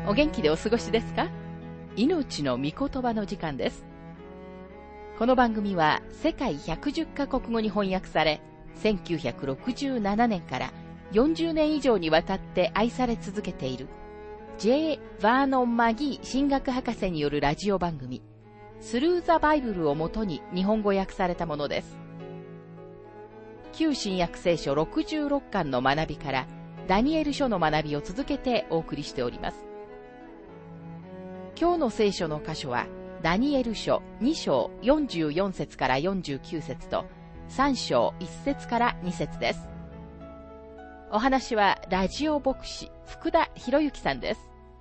お元気でお過ごしですか？命の御言葉の時間です。この番組は世界110カ国語に翻訳され、1967年から40年以上にわたって愛され続けている J. バーノン・マギー神学博士によるラジオ番組スルー・ザ・バイブルをもとに日本語訳されたものです。旧新約聖書66巻の学びからダニエル書の学びを続けてお送りしております。今日の聖書の箇所はダニエル書2章44節から49節と3章1節から2節です。お話はラジオ牧師福田博之さんです。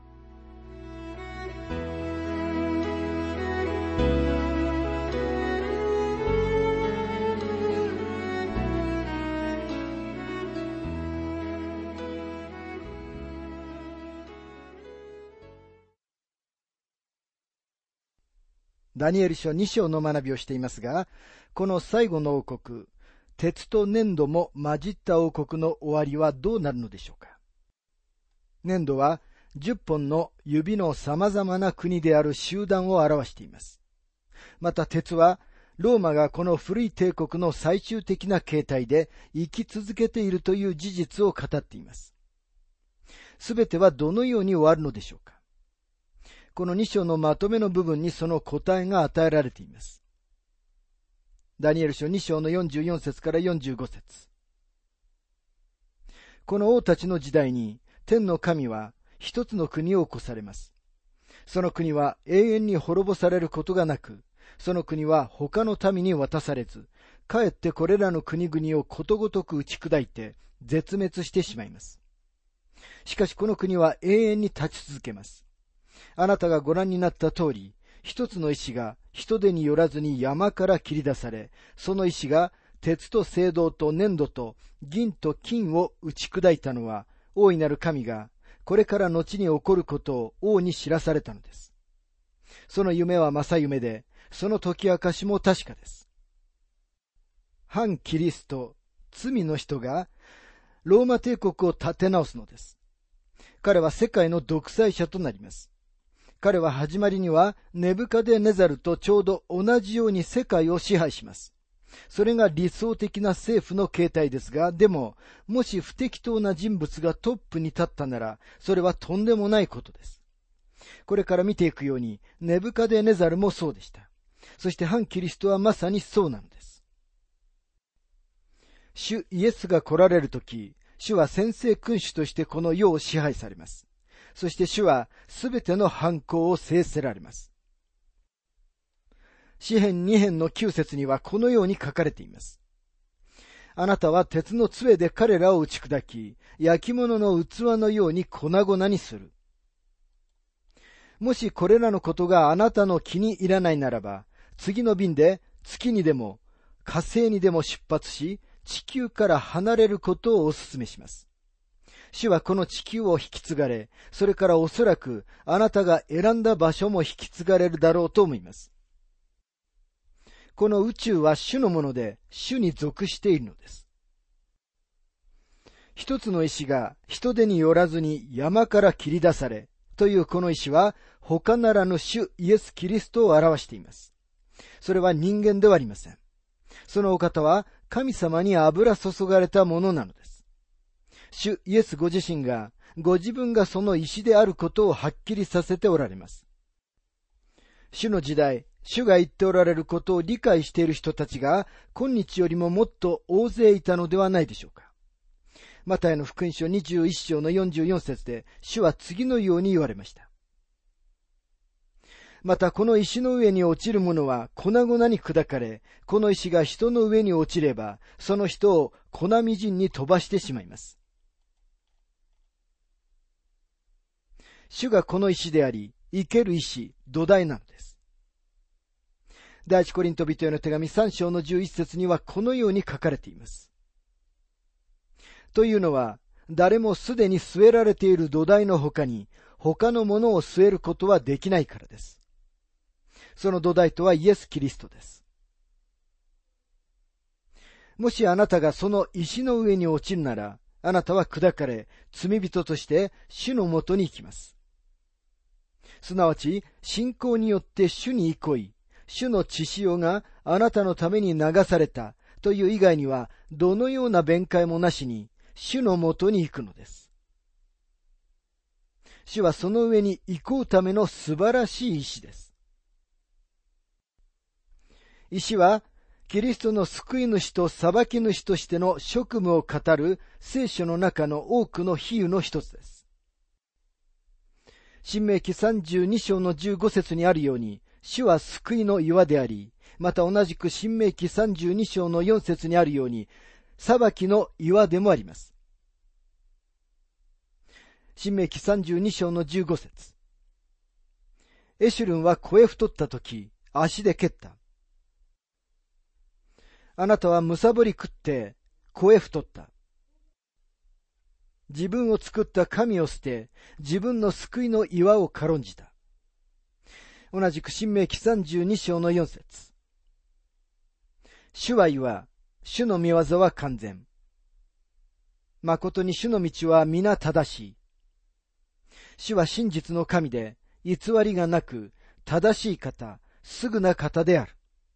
ダニエル書2章の学びをしていますが、この最後の王国、鉄と粘土も混じった王国の終わりはどうなるのでしょうか。粘土は10本の指の様々な国である集団を表しています。また鉄は、ローマがこの古い帝国の最終的な形態で生き続けているという事実を語っています。すべてはどのように終わるのでしょうか。この2章のまとめの部分にその答えが与えられています。ダニエル書2章の44節から45節。この王たちの時代に天の神は一つの国を起こされます。その国は永遠に滅ぼされることがなく、その国は他の民に渡されず、かえってこれらの国々をことごとく打ち砕いて絶滅してしまいます。しかしこの国は永遠に立ち続けます。あなたがご覧になった通り、一つの石が人手によらずに山から切り出され、その石が鉄と青銅と粘土と銀と金を打ち砕いたのは、大いなる神がこれから後に起こることを王に知らされたのです。その夢は正夢で、その解き明かしも確かです。反キリスト、罪の人がローマ帝国を立て直すのです。彼は世界の独裁者となります。彼は始まりにはネブカデネザルとちょうど同じように世界を支配します。それが理想的な政府の形態ですが、でも、もし不適当な人物がトップに立ったなら、それはとんでもないことです。これから見ていくように、ネブカデネザルもそうでした。そして反キリストはまさにそうなのです。主イエスが来られるとき、主は専制君主としてこの世を支配されます。そして主はすべての犯行を制せられます。詩編2編の9節にはこのように書かれています。あなたは鉄の杖で彼らを打ち砕き、焼き物の器のように粉々にする。もしこれらのことがあなたの気に入らないならば、次の便で月にでも火星にでも出発し、地球から離れることをお勧めします。主はこの地球を引き継がれ、それからおそらくあなたが選んだ場所も引き継がれるだろうと思います。この宇宙は主のもので、主に属しているのです。一つの石が人手によらずに山から切り出され、というこの石は他ならぬ主イエス・キリストを表しています。それは人間ではありません。そのお方は神様に油注がれたものなのです。主イエスご自身がご自分がその石であることをはっきりさせておられます。主の時代、主が言っておられることを理解している人たちが今日よりももっと大勢いたのではないでしょうか。マタイの福音書21章の44節で主は次のように言われました。またこの石の上に落ちるものは粉々に砕かれ、この石が人の上に落ちれば、その人を粉みじんに飛ばしてしまいます。主がこの石であり、生ける石、土台なのです。第一コリント人への手紙3章の11節にはこのように書かれています。というのは、誰もすでに据えられている土台の他に、他のものを据えることはできないからです。その土台とはイエス・キリストです。もしあなたがその石の上に落ちるなら、あなたは砕かれ、罪人として主のもとに行きます。 すなわち、信仰によって主に憩い、主の血潮があなたのために流されたという以外には、どのような弁解もなしに、主のもとに行くのです。主はその上に行こうための素晴らしい意志です。意志は、キリストの救い主と裁き主としての職務を語る聖書の中の多くの比喩の一つです。申命記32章の15節にあるように、主は救いの岩であり、また同じく申命記32章の4節にあるように、裁きの岩でもあります。申命記32章の15節。エシュルンは肥え太ったとき、足で蹴った。あなたはむさぼり食って、肥え太った。自分を作った神を捨て、自分の救いの岩を軽んじた。同じく申命記32章の4節。主は岩、主の御業は完全。誠に主の道は皆正しい。主は真実の神で、偽りがなく、正しい方、すぐな方である。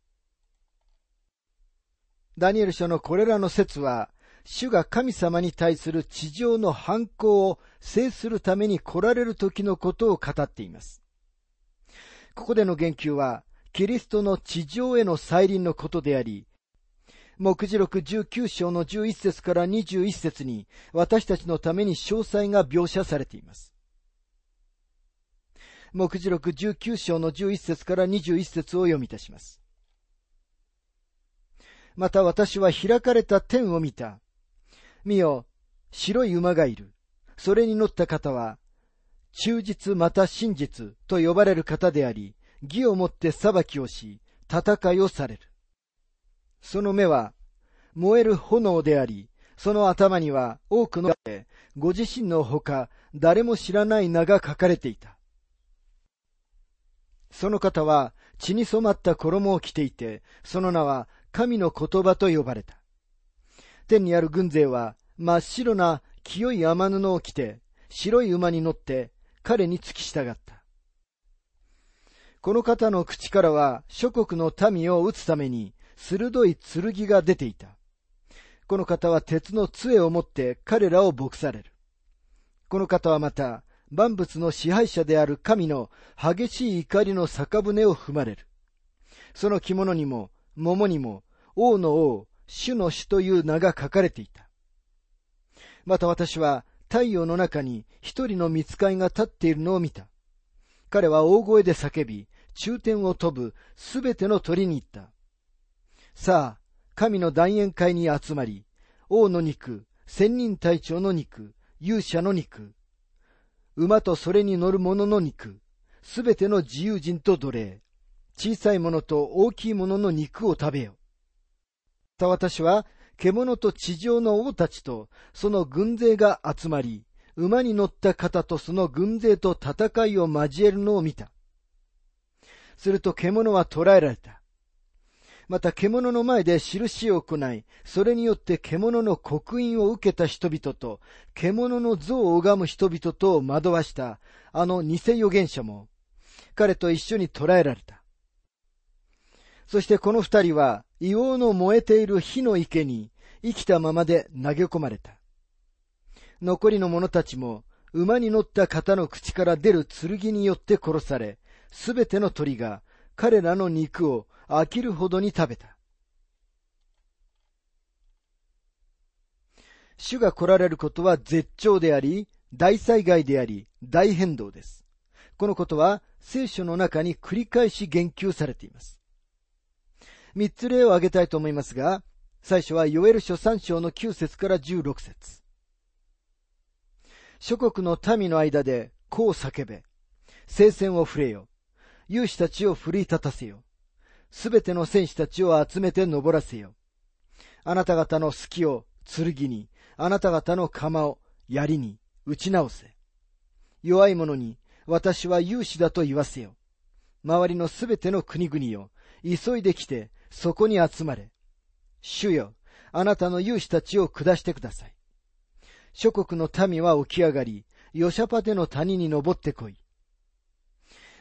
ダニエル書のこれらの説は、主が神様に対する地上の反抗を制するために来られる時のことを語っています。ここでの言及は、キリストの地上への再臨のことであり、黙示録19章の11節から21節に私たちのために詳細が描写されています。黙示録19章の11節から21節を読み出します。また私は開かれた天を見た。見よ、白い馬がいる。それに乗った方は、忠実また真実と呼ばれる方であり、義をもって裁きをし、戦いをされる。その目は、燃える炎であり、その頭には多くのご自身のほか、誰も知らない名が書かれていた。その方は、血に染まった衣を着ていて、その名は、神の言葉と呼ばれた。天にある軍勢は真っ白な清い雨布を着て白い馬に乗って彼に付き従った。この方の口からは諸国の民を撃つために鋭い剣が出ていた。この方は鉄の杖を持って彼らを牧される。この方はまた万物の支配者である神の激しい怒りの酒舟を踏まれる。その着物にも桃にも王の王、主の主という名が書かれていた。また私は太陽の中に一人の御使いが立っているのを見た。彼は大声で叫び、中天を飛ぶすべての鳥に言った。さあ、神の大宴会に集まり、王の肉、千人隊長の肉、勇者の肉、馬とそれに乗る者の肉、すべての自由人と奴隷、小さい者と大きい者の肉を食べよ。また私は獣と地上の王たちとその軍勢が集まり、馬に乗った方とその軍勢と戦いを交えるのを見た。すると獣は捕らえられた。また獣の前で印を行い、それによって獣の刻印を受けた人々と、獣の像を拝む人々とを惑わしたあの偽預言者も、彼と一緒に捕らえられた。そしてこの二人は硫黄の燃えている火の池に生きたままで投げ込まれた。残りの者たちも馬に乗った方の口から出る剣によって殺され、すべての鳥が彼らの肉を飽きるほどに食べた。主が来られることは絶頂であり、大災害であり、大変動です。このことは聖書の中に繰り返し言及されています。三つ例を挙げたいと思いますが、最初はヨエル書3章の9節から16節。諸国の民の間でこう叫べ。聖戦を触れよ。勇士たちを奮い立たせよ。すべての戦士たちを集めて登らせよ。あなた方の隙を剣に、あなた方の鎌を槍に打ち直せ。弱い者に私は勇士だと言わせよ。周りのすべての国々よ、急いで来て、そこに集まれ。主よ、あなたの勇士たちを下してください。諸国の民は起き上がり、ヨシャパテの谷に登ってこい。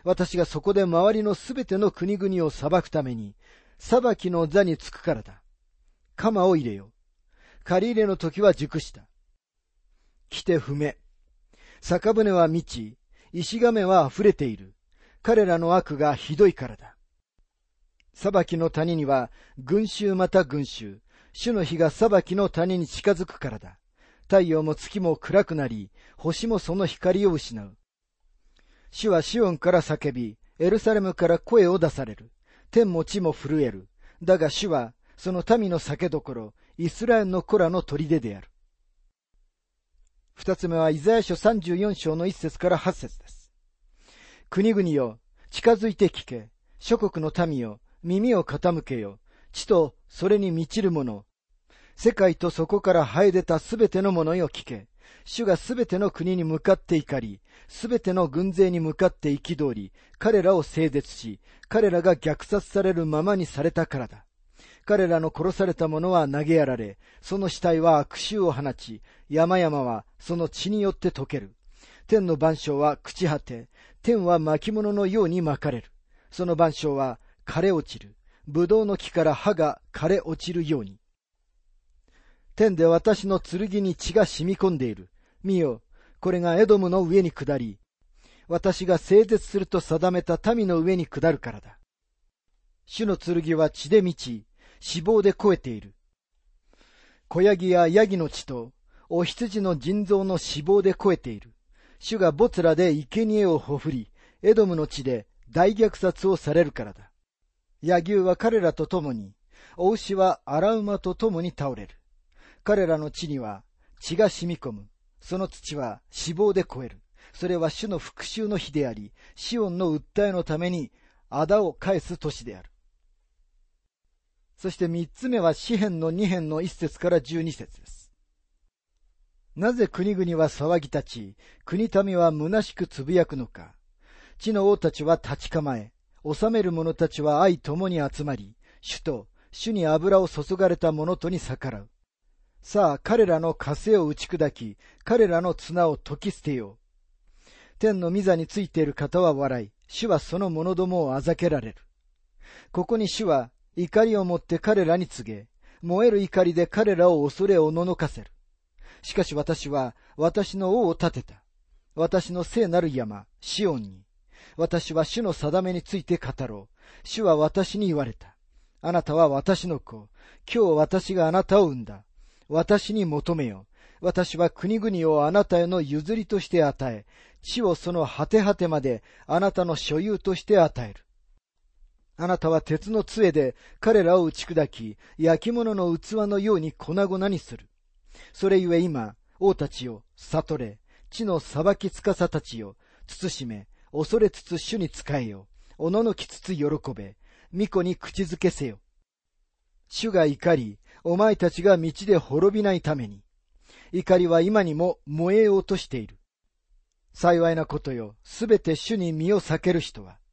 私がそこで周りのすべての国々を裁くために、裁きの座につくからだ。鎌を入れよ。借り入れの時は熟した。来て踏め。酒舟は満ち、石亀は溢れている。彼らの悪がひどいからだ。裁きの谷には群衆また群衆、主の日が裁きの谷に近づくからだ。太陽も月も暗くなり、星もその光を失う。主はシオンから叫び、エルサレムから声を出される。天も地も震える。だが主はその民の酒どころ、イスラエルの子らの砦である。二つ目はイザヤ書34章の1節から8節です。国々よ、近づいて聞け。諸国の民よ、耳を傾けよ。地とそれに満ちるもの。世界とそこから生え出たすべてのものよ聞け。主がすべての国に向かって怒り、すべての軍勢に向かって憤り、彼らを整絶し、彼らが虐殺されるままにされたからだ。彼らの殺された者は投げやられ、その死体は悪臭を放ち、山々はその血によって溶ける。天の万象は朽ち果て、天は巻物のように巻かれる。その万象は枯れ落ちる。ブドウの木から葉が枯れ落ちるように。天で私の剣に血が染み込んでいる。見よ、これがエドムの上に下り、私が整絶すると定めた民の上に下るからだ。主の剣は血で満ち、脂肪で肥えている。子ヤギやヤギの血と、お羊の腎臓の脂肪で肥えている。主がボツラで生贄をほふり、エドムの地で大虐殺をされるからだ。野牛は彼らと共に、お牛は荒馬と共に倒れる。彼らの地には血が染み込む。その土は脂肪で肥える。それは主の復讐の日であり、シオンの訴えのために仇を返す年である。そして三つ目は詩編の2編の1節から12節です。なぜ国々は騒ぎ立ち、国民は虚しくつぶやくのか。地の王たちは立ち構え、治める者たちは愛ともに集まり、主に油を注がれた者とに逆らう。さあ、彼らの枷を打ち砕き、彼らの綱を解き捨てよう。天の御座についている方は笑い、主はその者どもをあざけられる。ここに主は怒りをもって彼らに告げ、燃える怒りで彼らを恐れおののかせる。しかし私は私の王を立てた。私の聖なる山、シオンに。私は主の定めについて語ろう。主は私に言われた。あなたは私の子。今日私があなたを産んだ。私に求めよ。私は国々をあなたへの譲りとして与え、地をその果て果てまであなたの所有として与える。あなたは鉄の杖で彼らを打ち砕き、焼き物の器のように粉々にする。それゆえ今、王たちよ、悟れ、地の裁き司たちよ、慎め、恐れつつ主に仕えよ、おののきつつ喜べ、御子に口づけせよ。主が怒り、お前たちが道で滅びないために、怒りは今にも燃えようとしている。幸いなことよ、すべて主に身を避ける人は。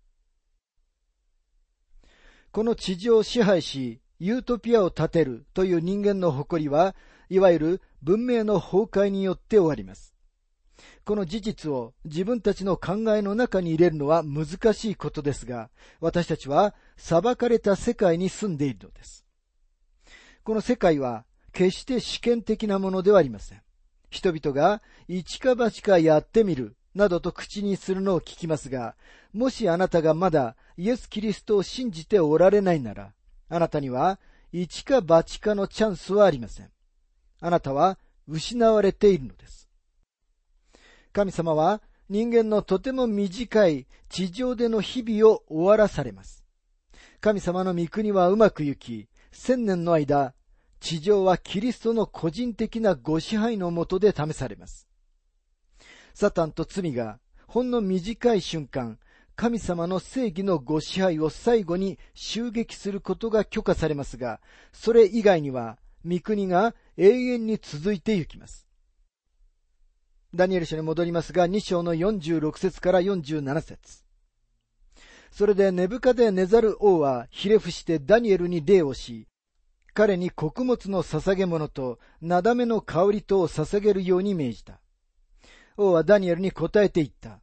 この地上を支配し、ユートピアを建てるという人間の誇りは、いわゆる文明の崩壊によって終わります。この事実を自分たちの考えの中に入れるのは難しいことですが、私たちは裁かれた世界に住んでいるのです。この世界は決して試験的なものではありません。人々が一か八かやってみるなどと口にするのを聞きますが、もしあなたがまだイエス・キリストを信じておられないなら、あなたには一か八かのチャンスはありません。あなたは失われているのです。神様は人間のとても短い地上での日々を終わらされます。神様の御国はうまくいき、1000年の間、地上はキリストの個人的なご支配の下で試されます。サタンと罪がほんの短い瞬間、神様の正義のご支配を最後に襲撃することが許可されますが、それ以外には御国が永遠に続いてゆきます。ダニエル書に戻りますが、2章の46節から47節。それでネブカデネザル王はひれ伏してダニエルに礼をし、彼に穀物の捧げ物となだめの香りとを捧げるように命じた。王はダニエルに答えて言った。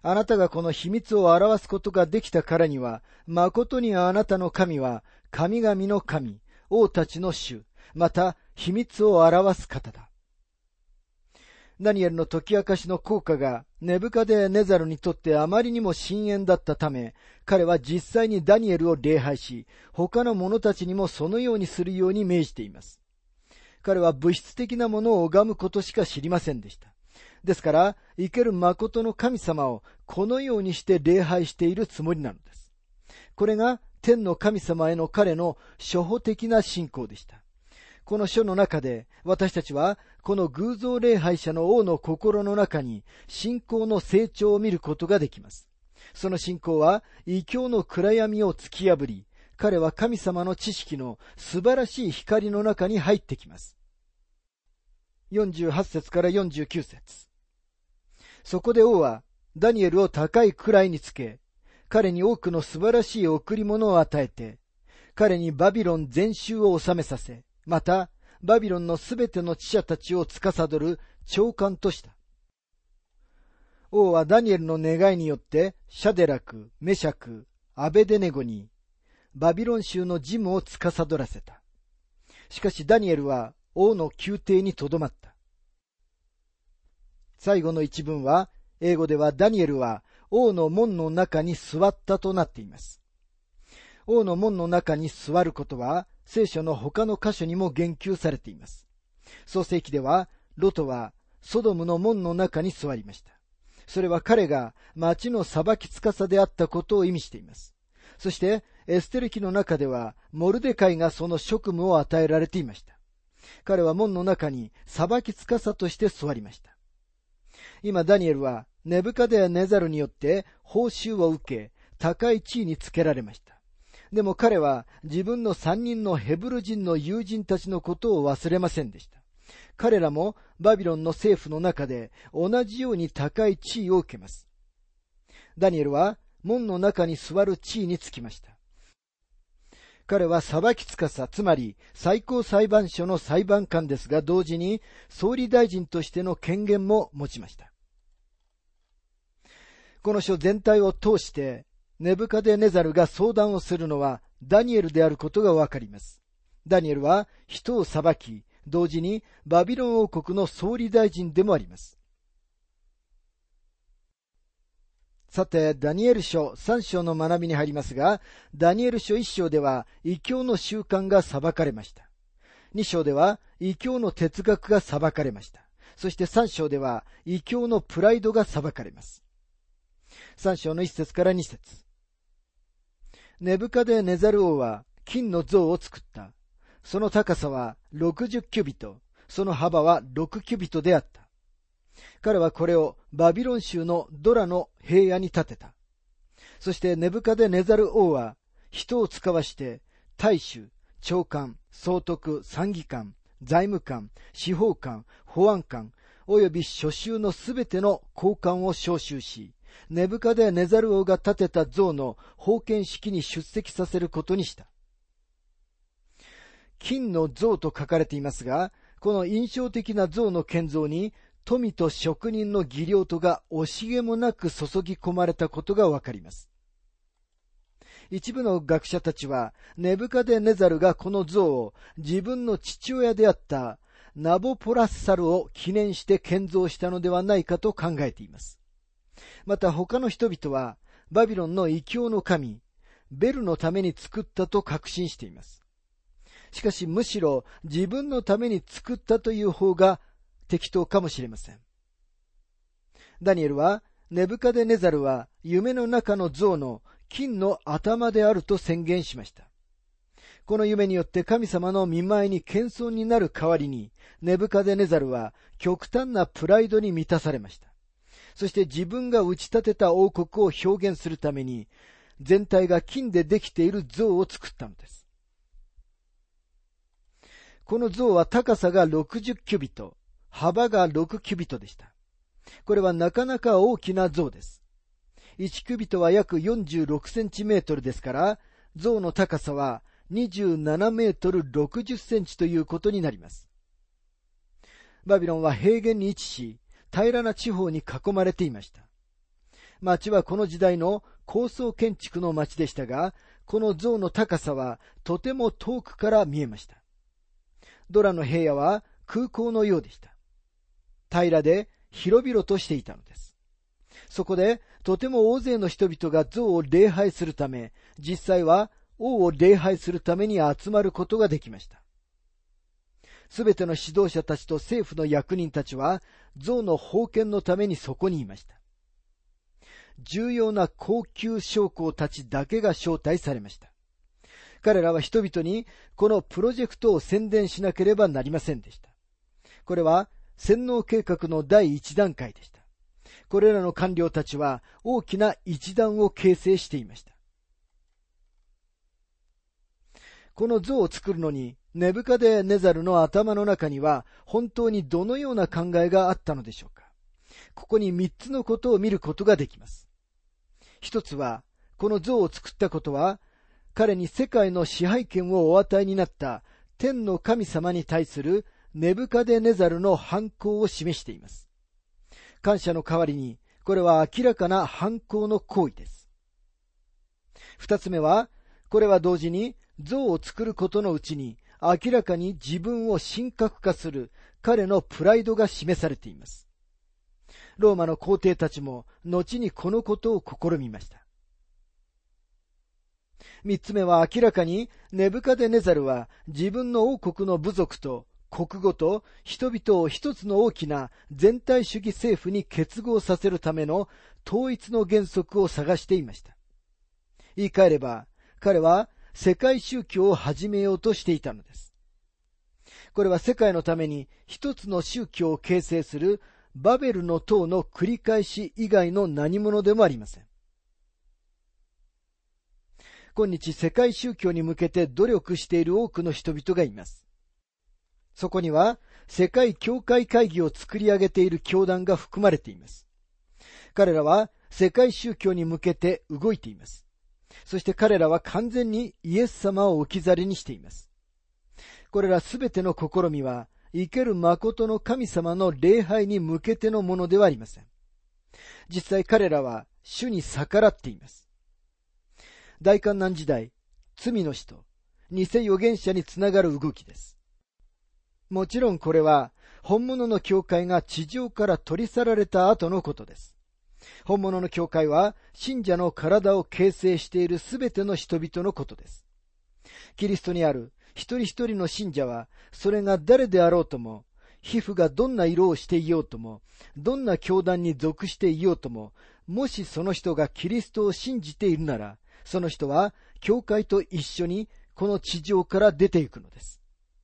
あなたがこの秘密を表すことができたからには、誠にあなたの神は、神々の神、王たちの主、また秘密を表す方だ。ダニエルの解き明かしの効果がネブカデネザルにとってあまりにも深遠だったため、彼は実際にダニエルを礼拝し、他の者たちにもそのようにするように命じています。彼は物質的なものを拝むことしか知りませんでした。ですから、生ける誠の神様をこのようにして礼拝しているつもりなのです。これが天の神様への彼の初歩的な信仰でした。この書の中で私たちはこの偶像礼拝者の王の心の中に信仰の成長を見ることができます。その信仰は異教の暗闇を突き破り、彼は神様の知識の素晴らしい光の中に入ってきます。48節から49節。そこで王はダニエルを高い位につけ、彼に多くの素晴らしい贈り物を与えて、彼にバビロン全州を治めさせ、またバビロンのすべての知者たちを司る長官とした。王はダニエルの願いによってシャデラク、メシャク、アベデネゴにバビロン州の事務を司らせた。しかしダニエルは王の宮廷にとどまった。最後の一文は、英語ではダニエルは王の門の中に座ったとなっています。王の門の中に座ることは、聖書の他の箇所にも言及されています。創世記では、ロトはソドムの門の中に座りました。それは彼が町の裁き司であったことを意味しています。そして、エステル記の中では、モルデカイがその職務を与えられていました。彼は門の中に裁き司として座りました。今、ダニエルは、ネブカデネザルによって報酬を受け、高い地位につけられました。でも彼は自分の3人のヘブル人の友人たちのことを忘れませんでした。彼らもバビロンの政府の中で同じように高い地位を受けます。ダニエルは門の中に座る地位につきました。彼は裁き司、つまり最高裁判所の裁判官ですが、同時に総理大臣としての権限も持ちました。この書全体を通して、ネブカデネザルが相談をするのはダニエルであることがわかります。ダニエルは人を裁き、同時にバビロン王国の総理大臣でもあります。さて、ダニエル書3章の学びに入りますが、ダニエル書1章では異教の習慣が裁かれました。2章では異教の哲学が裁かれました。そして3章では異教のプライドが裁かれます。3章の1節から2節。ネブカデネザル王は金の像を作った。その高さは60キュビト、その幅は6キュビトであった。彼はこれをバビロン州のドラの平野に建てた。そしてネブカデネザル王は人を使わして大衆、長官、総督、参議官、財務官、司法官、保安官、および諸州のすべての高官を招集し、ネブカデネザル王が建てた像の封建式に出席させることにした。金の像と書かれていますが、この印象的な像の建造に富と職人の技量とが惜しげもなく注ぎ込まれたことがわかります。一部の学者たちは、ネブカデネザルがこの像を自分の父親であったナボポラッサルを記念して建造したのではないかと考えています。また他の人々は、バビロンの異教の神、ベルのために作ったと確信しています。しかしむしろ自分のために作ったという方が適当かもしれません。ダニエルは、ネブカデネザルは夢の中の像の金の頭であると宣言しました。この夢によって神様の見舞いに謙遜になる代わりに、ネブカデネザルは極端なプライドに満たされました。そして自分が打ち立てた王国を表現するために、全体が金でできている像を作ったのです。この像は高さが60キュビト、幅が6キュビトでした。これはなかなか大きな像です。1キュビトは約46センチメートルですから、像の高さは27メートル60センチということになります。バビロンは平原に位置し、平らな地方に囲まれていました。 町はこの時代の高層建築の町でしたが、この像の高さはとても遠くから見えました。ドラの平野は空港のようでした。平らで広々としていたのです。そこでとても大勢の人々が像を礼拝するため、実際は王を礼拝するために集まることができました。すべての指導者たちと政府の役人たちは像の封建のためにそこにいました。重要な高級将校たちだけが招待されました。彼らは人々にこのプロジェクトを宣伝しなければなりませんでした。これは洗脳計画の第一段階でした。これらの官僚たちは大きな一団を形成していました。この像を作るのにネブカデネザルの頭の中には本当にどのような考えがあったのでしょうか。ここに3つのことを見ることができます。一つは、この像を作ったことは、彼に世界の支配権をお与えになった天の神様に対するネブカデネザルの反抗を示しています。感謝の代わりに、これは明らかな反抗の行為です。二つ目は、これは同時に像を作ることのうちに明らかに自分を神格化する彼のプライドが示されています。ローマの皇帝たちも後にこのことを試みました。三つ目は明らかにネブカデネザルは自分の王国の部族と国語と人々を一つの大きな全体主義政府に結合させるための統一の原則を探していました。言い換えれば彼は世界宗教を始めようとしていたのです。これは世界のために一つの宗教を形成するバベルの塔の繰り返し以外の何者でもありません。今日世界宗教に向けて努力している多くの人々がいます。そこには世界教会会議を作り上げている教団が含まれています。彼らは世界宗教に向けて動いています。そして彼らは完全にイエス様を置き去りにしています。これらすべての試みは生ける誠の神様の礼拝に向けてのものではありません。実際彼らは主に逆らっています。大観難時代、罪の使徒、偽預言者につながる動きです。もちろんこれは本物の教会が地上から取り去られた後のことです。本物の教会は信者の体を形成しているすべての人々のことです。キリストにある一人一人の信者は、それが誰であろうとも、皮膚がどんな色をしていようとも、どんな教団に属していようとも、もしその人がキリストを信じているなら、その人は教会と一緒にこの地上から出ていくのです。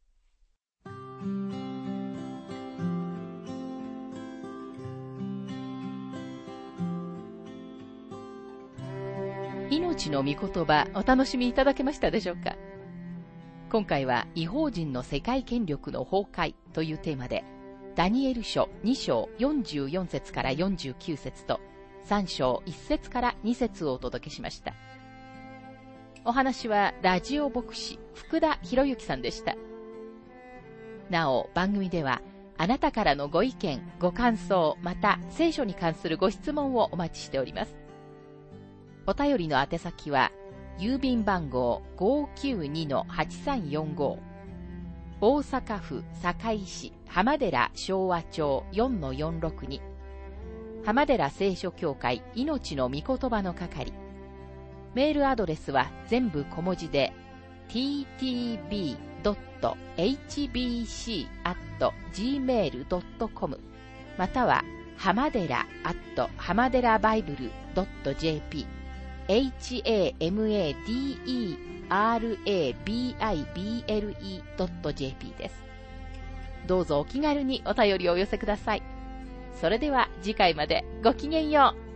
命の御言葉、お楽しみいただけましたでしょうか。今回は異邦人の世界権力の崩壊というテーマで、ダニエル書2章44節から49節と3章1節から2節をお届けしました。お話はラジオ牧師福田博之さんでした。なお番組ではあなたからのご意見、ご感想、また聖書に関するご質問をお待ちしております。お便りの宛先は郵便番号 592-8345 大阪府堺市浜寺昭和町 4-462 浜寺聖書協会命の御言葉の係。メールアドレスは全部小文字で ttb.hbc@gmail.com または浜寺@hamaderabible.jp hamaderabible.jp です。どうぞお気軽にお便りをお寄せください。それでは次回までごきげんよう。